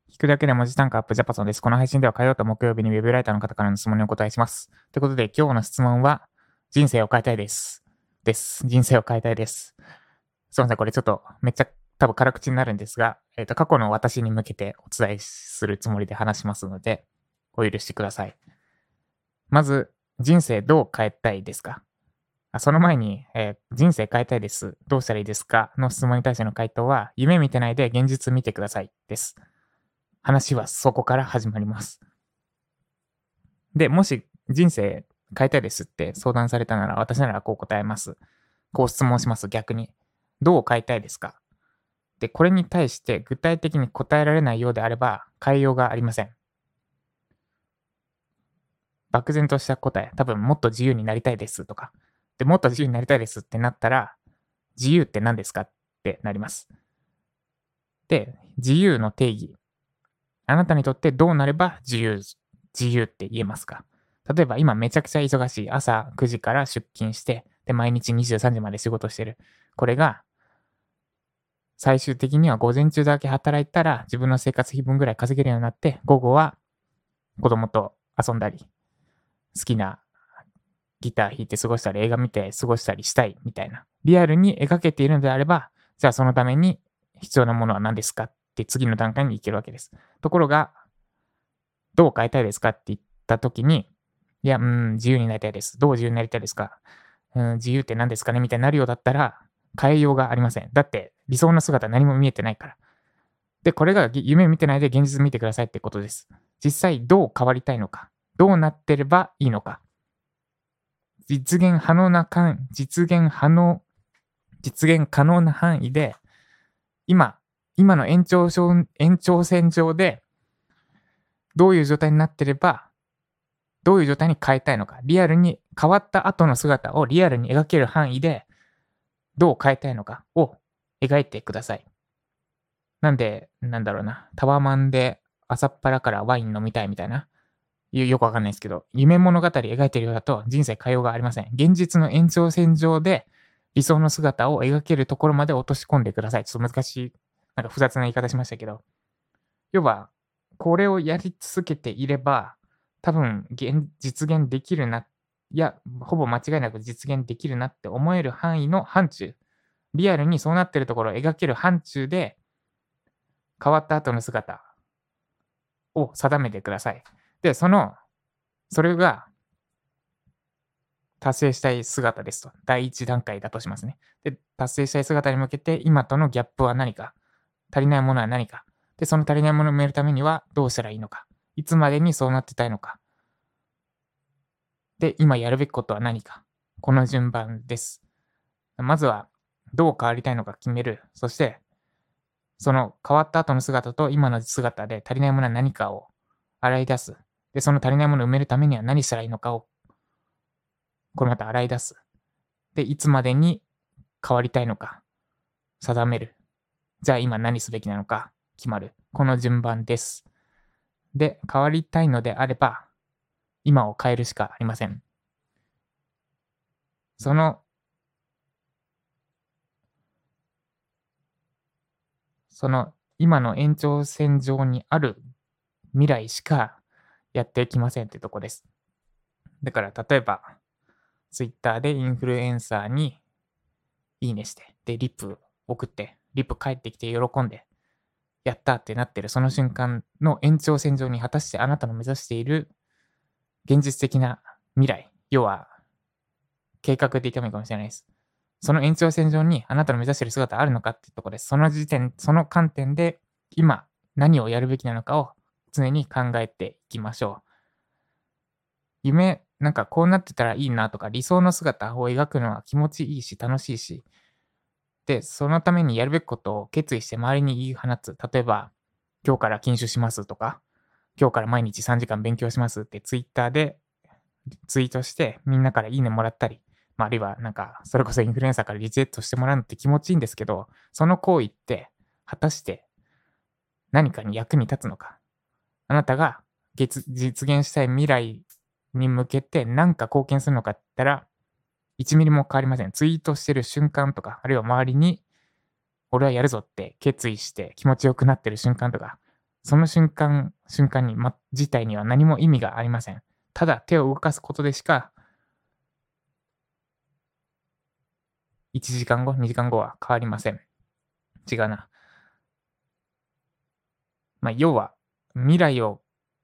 聞くだけで文字単価アップジャパソンです。この配信では火曜と木曜日にウェブライターの方からの質問にお答えします。ということで今日の質問は人生を変えたいです。人生を変えたいです。すいません、これちょっとめっちゃ多分辛口になるんですが、過去の私に向けてお伝えするつもりで話しますので、お許しください。まず、人生どう変えたいですか？その前に、人生変えたいです。どうしたらいいですかの質問に対しての回答は、夢見てないで現実見てくださいです。話はそこから始まります。で、もし人生変えたいですって相談されたなら、私ならこう答えます。こう質問します、逆に。どう変えたいですか？で、これに対して具体的に答えられないようであれば、変えようがありません。漠然とした答え、多分もっと自由になりたいですとか。で、もっと自由になりたいですってなったら、自由って何ですかってなります。で、自由の定義。あなたにとってどうなれば自由って言えますか？例えば今めちゃくちゃ忙しい。朝9時から出勤して、で、毎日23時まで仕事してる。これが、最終的には午前中だけ働いたら自分の生活費分ぐらい稼げるようになって、午後は子供と遊んだり、好きなギター弾いて過ごしたり、映画見て過ごしたりしたいみたいな。リアルに描けているのであれば、じゃあそのために必要なものは何ですかって次の段階に行けるわけです。ところが、どう変えたいですかって言ったときに、いや、自由になりたいです。どう自由になりたいですか？自由って何ですかねみたいになるようだったら、変えようがありません。だって、理想の姿何も見えてないから。で、これが夢見てないで現実見てくださいってことです。実際、どう変わりたいのか。どうなってればいいのか。実現可能な範囲で、今の延長線上で、どういう状態になってれば、どういう状態に変えたいのか、リアルに変わった後の姿をリアルに描ける範囲で、どう変えたいのかを描いてください。なんで、なんだろうな、タワマンで朝っぱらからワイン飲みたいみたいな、よくわかんないですけど、夢物語描いてるようだと人生変えようがありません。現実の延長線上で理想の姿を描けるところまで落とし込んでください。ちょっと難しい、なんか複雑な言い方しましたけど、要は、これをやり続けていれば、多分実現できるな、いや、ほぼ間違いなく実現できるなって思える範囲の範疇、リアルにそうなってるところを描ける範疇で、変わった後の姿を定めてください。で、それが達成したい姿ですと。第一段階だとしますね。で、達成したい姿に向けて、今とのギャップは何か、足りないものは何か。で、その足りないものを埋めるためにはどうしたらいいのか。いつまでにそうなってたいのか。で、今やるべきことは何か。この順番です。まずは、どう変わりたいのか決める。そして、その変わった後の姿と今の姿で足りないものは何かを洗い出す。で、その足りないものを埋めるためには何したらいいのかを、これまた洗い出す。で、いつまでに変わりたいのか定める。じゃあ今何すべきなのか決まる。この順番です。で、変わりたいのであれば、今を変えるしかありません。その今の延長線上にある未来しかやってきませんってとこです。だから例えば、Twitter でインフルエンサーにいいねして、で、リップ送って、リップ返ってきて喜んで、やったってなってるその瞬間の延長線上に果たしてあなたの目指している現実的な未来、要は計画で言ってもいいかもしれないです。その延長線上にあなたの目指している姿あるのかっていうところです。その観点で今何をやるべきなのかを常に考えていきましょう。なんかこうなってたらいいなとか理想の姿を描くのは気持ちいいし楽しいし、で、そのためにやるべきことを決意して周りに言い放つ。例えば、今日から禁酒しますとか、今日から毎日3時間勉強しますってツイッターでツイートしてみんなからいいねもらったり、あるいはなんかそれこそインフルエンサーからリツイートしてもらうのって気持ちいいんですけど、その行為って果たして何かに役に立つのか。あなたが実現したい未来に向けて何か貢献するのかって言ったら、1ミリも変わりません。ツイートしてる瞬間とか、あるいは周りに俺はやるぞって決意して気持ちよくなってる瞬間とか、 その瞬間に、自体には何も意味がありません。ただ手を動かすことでしか、1時間後、2時間後は変わりません。違うな。要は、未来を、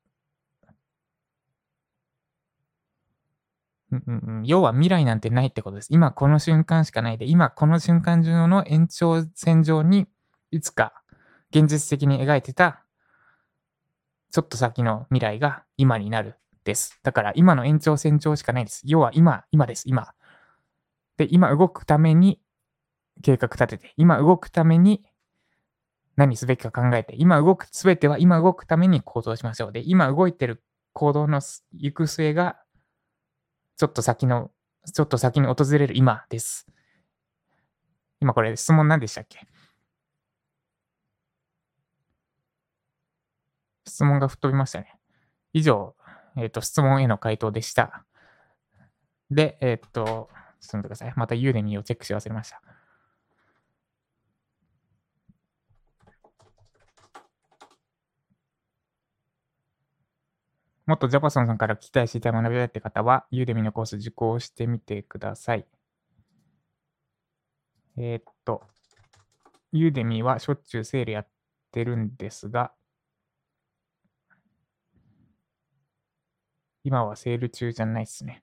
要は未来なんてないってことです。今この瞬間しかないで、今この瞬間上の延長線上に、いつか現実的に描いてた、ちょっと先の未来が今になるです。だから今の延長線上しかないです。要は今です、今。で、今動くために計画立てて、今動くために何すべきか考えて、すべては今動くために行動しましょう。で、今動いてる行動の行く末が、ちょっと先に訪れる今です。今これ質問何でしたっけ？質問が吹っ飛びましたね。以上、質問への回答でした。で、ちょっと待ってください。またユーデミーをチェックし忘れました。もっとジャパソンさんから聞きたい、知りたい、学びたいって方は、ユーデミのコース受講してみてください。ユーデミはしょっちゅうセールやってるんですが、今はセール中じゃないですね。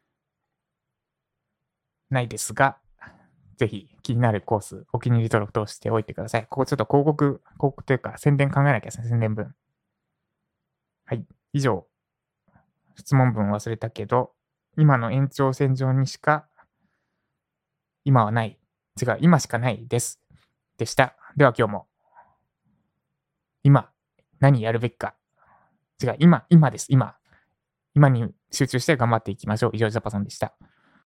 ないですが、ぜひ気になるコース、お気に入り登録としておいてください。ここちょっと広告というか宣伝考えなきゃですね、宣伝文。はい。以上、質問文忘れたけど、今の延長線上にしか、今はない。違う、今しかないです。でした。では今日も、今、何やるべきか。違う、今です。今に集中して頑張っていきましょう。以上、ジャパソンでした。